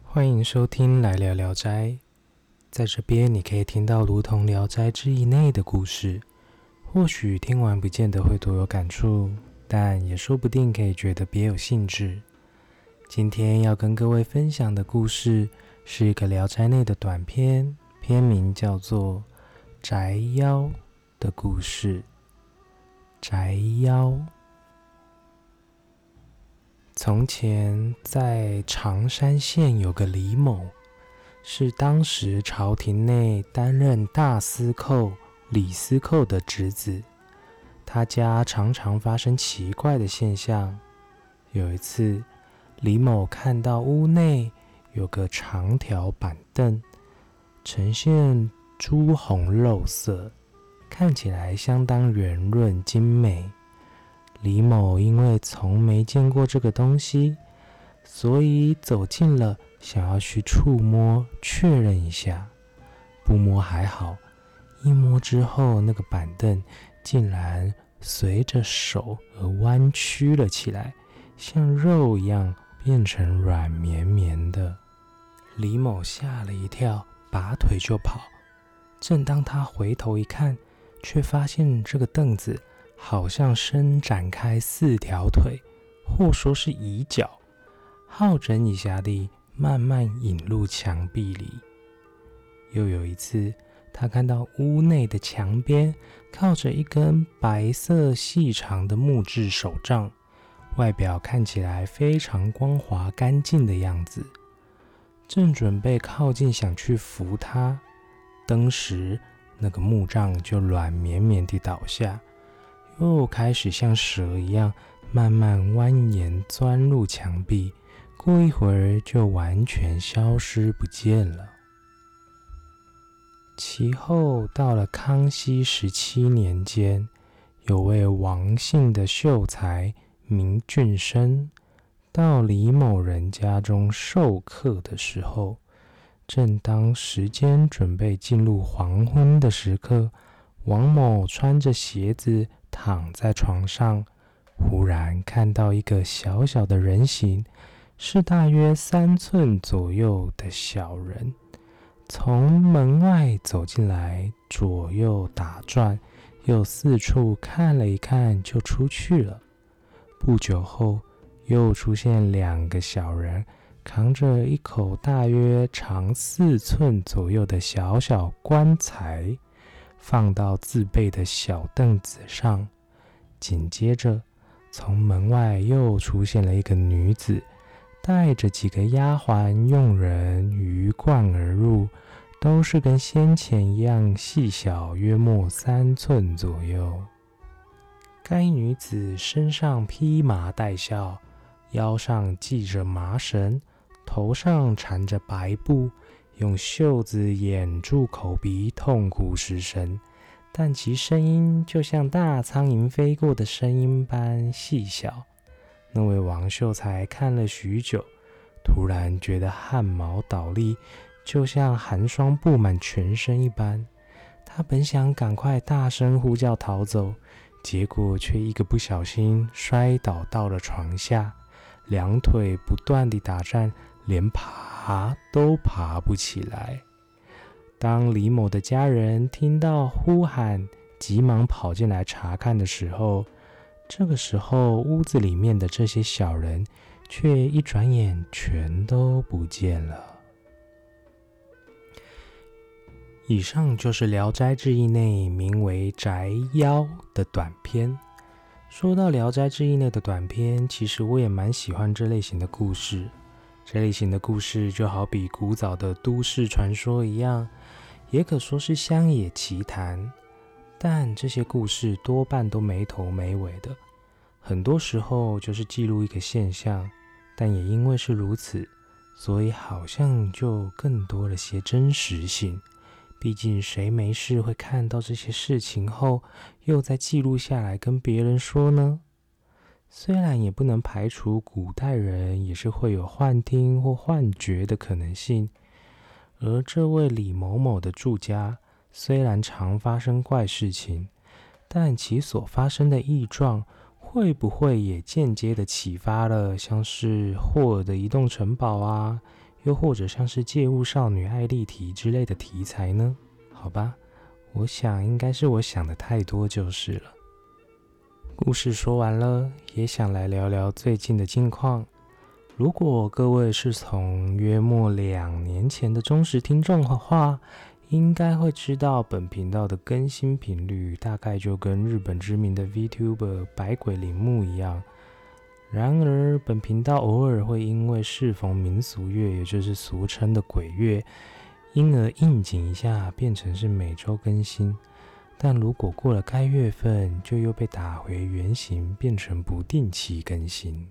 欢迎收听来聊聊斋，在这边你可以听到如同聊斋志异内的故事，或许听完不见得会多有感触，但也说不定可以觉得别有兴致。今天要跟各位分享的故事是一个聊斋内的短篇，篇名叫做《宅妖》的故事。宅妖。从前在常山县有个李某，是当时朝廷内担任大司寇李司寇的侄子。他家常常发生奇怪的现象。有一次，李某看到屋内有个长条板凳，呈现朱红肉色，看起来相当圆润精美。李某因为从没见过这个东西，所以走近了，想要去触摸确认一下。不摸还好，一摸之后，那个板凳竟然随着手而弯曲了起来，像肉一样变成软绵绵的。李某吓了一跳，拔腿就跑。正当他回头一看，却发现这个凳子好像伸展开4条腿，或说是椅脚，好整以暇地慢慢引入墙壁里。又有一次，他看到屋内的墙边靠着一根白色细长的木质手杖，外表看起来非常光滑干净的样子。正准备靠近想去扶它，当时那个木杖就软绵绵地倒下，又开始像蛇一样慢慢蜿蜒钻入墙壁，过一会儿就完全消失不见了。其后到了康熙17年间，有位王姓的秀才名俊生，到李某人家中授课的时候，正当时间准备进入黄昏的时刻，王某穿着鞋子躺在床上，忽然看到一个小小的人形，是大约3寸左右的小人，从门外走进来，左右打转，又四处看了一看就出去了。不久后，又出现2个小人，扛着一口大约长4寸左右的小小棺材，放到自备的小凳子上。紧接着，从门外又出现了一个女子，带着几个丫鬟佣人鱼贯而入，都是跟先前一样细小，约莫3寸左右。该女子身上披麻戴孝，腰上系着麻绳，头上缠着白布，用袖子掩住口鼻，痛苦失声，但其声音就像大苍蝇飞过的声音般细小。那位王秀才看了许久，突然觉得汗毛倒立，就像寒霜布满全身一般。他本想赶快大声呼叫逃走，结果却一个不小心摔倒到了床下，2腿不断地打颤，连爬都爬不起来。当李某的家人听到呼喊，急忙跑进来查看的时候，这个时候屋子里面的这些小人却一转眼全都不见了。以上就是《聊斋志异》内名为《宅妖》的短篇。说到《聊斋志异》内的短篇，其实我也蛮喜欢这类型的故事。这类型的故事就好比古早的都市传说一样，也可说是乡野奇谈，但这些故事多半都没头没尾的，很多时候就是记录一个现象，但也因为是如此，所以好像就更多了些真实性。毕竟谁没事会看到这些事情后，又再记录下来跟别人说呢？虽然也不能排除古代人也是会有幻听或幻觉的可能性，而这位李某某的住家虽然常发生怪事情，但其所发生的异状会不会也间接的启发了像是霍尔的移动城堡啊， 又或者像是借物少女爱丽缇之类的题材呢？好吧，我想应该是我想的太多就是了。故事说完了，也想来聊聊最近的近况。如果各位是从约莫2年前的忠实听众的话，应该会知道本频道的更新频率大概就跟日本知名的 VTuber 百鬼铃木一样。然而本频道偶尔会因为适逢民俗月，也就是俗称的鬼月，因而应景一下变成是每周更新，但如果过了该月份，就又被打回原形，变成不定期更新。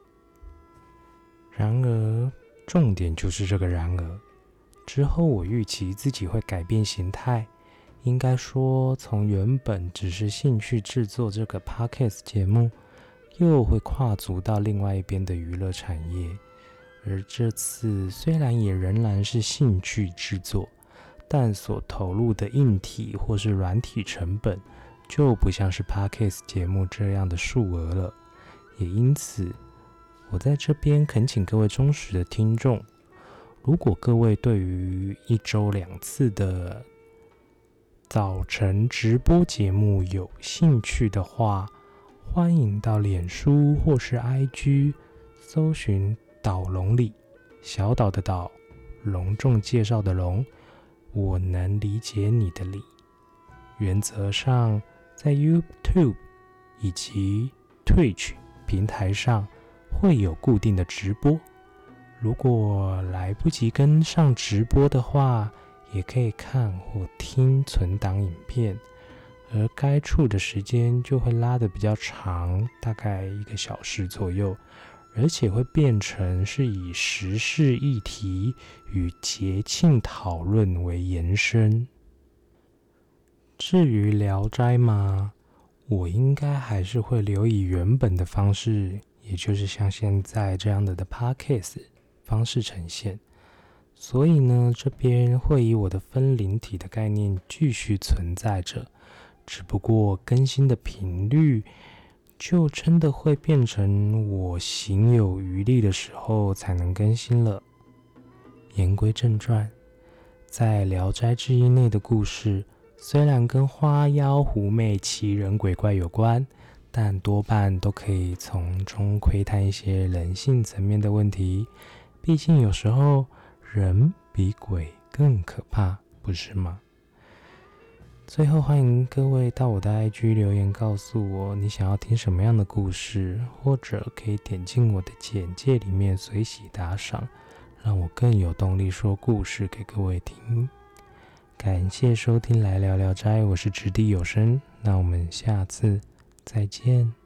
然而重点就是这个然而，之后我预期自己会改变形态，应该说从原本只是兴趣制作这个 Podcast 节目，又会跨足到另外一边的娱乐产业。而这次虽然也仍然是兴趣制作，但所投入的硬体或是软体成本就不像是 Podcast 节目这样的数额了。也因此我在这边恳请各位忠实的听众，如果各位对于1周2次的早晨直播节目有兴趣的话，欢迎到脸书或是 IG 搜寻岛龙里，小岛的岛，隆重介绍的隆，我能理解你的理。原则上在 YouTube 以及 Twitch 平台上会有固定的直播，如果来不及跟上直播的话，也可以看或听存档影片，而该处的时间就会拉得比较长，大概1个小时左右，而且会变成是以时事议题与节庆讨论为延伸。至于聊斋嘛，我应该还是会留以原本的方式，也就是像现在这样的 Podcast 方式呈现。所以呢，这边会以我的分灵体的概念继续存在着，只不过更新的频率就真的会变成我行有余力的时候才能更新了。言归正传，在《聊斋志异》内的故事虽然跟花妖狐媚奇人鬼怪有关，但多半都可以从中窥探一些人性层面的问题，毕竟有时候人比鬼更可怕，不是吗？最后欢迎各位到我的 IG 留言告诉我你想要听什么样的故事，或者可以点进我的简介里面随喜打赏，让我更有动力说故事给各位听。感谢收听来聊聊斋，我是掷地有声，那我们下次再见。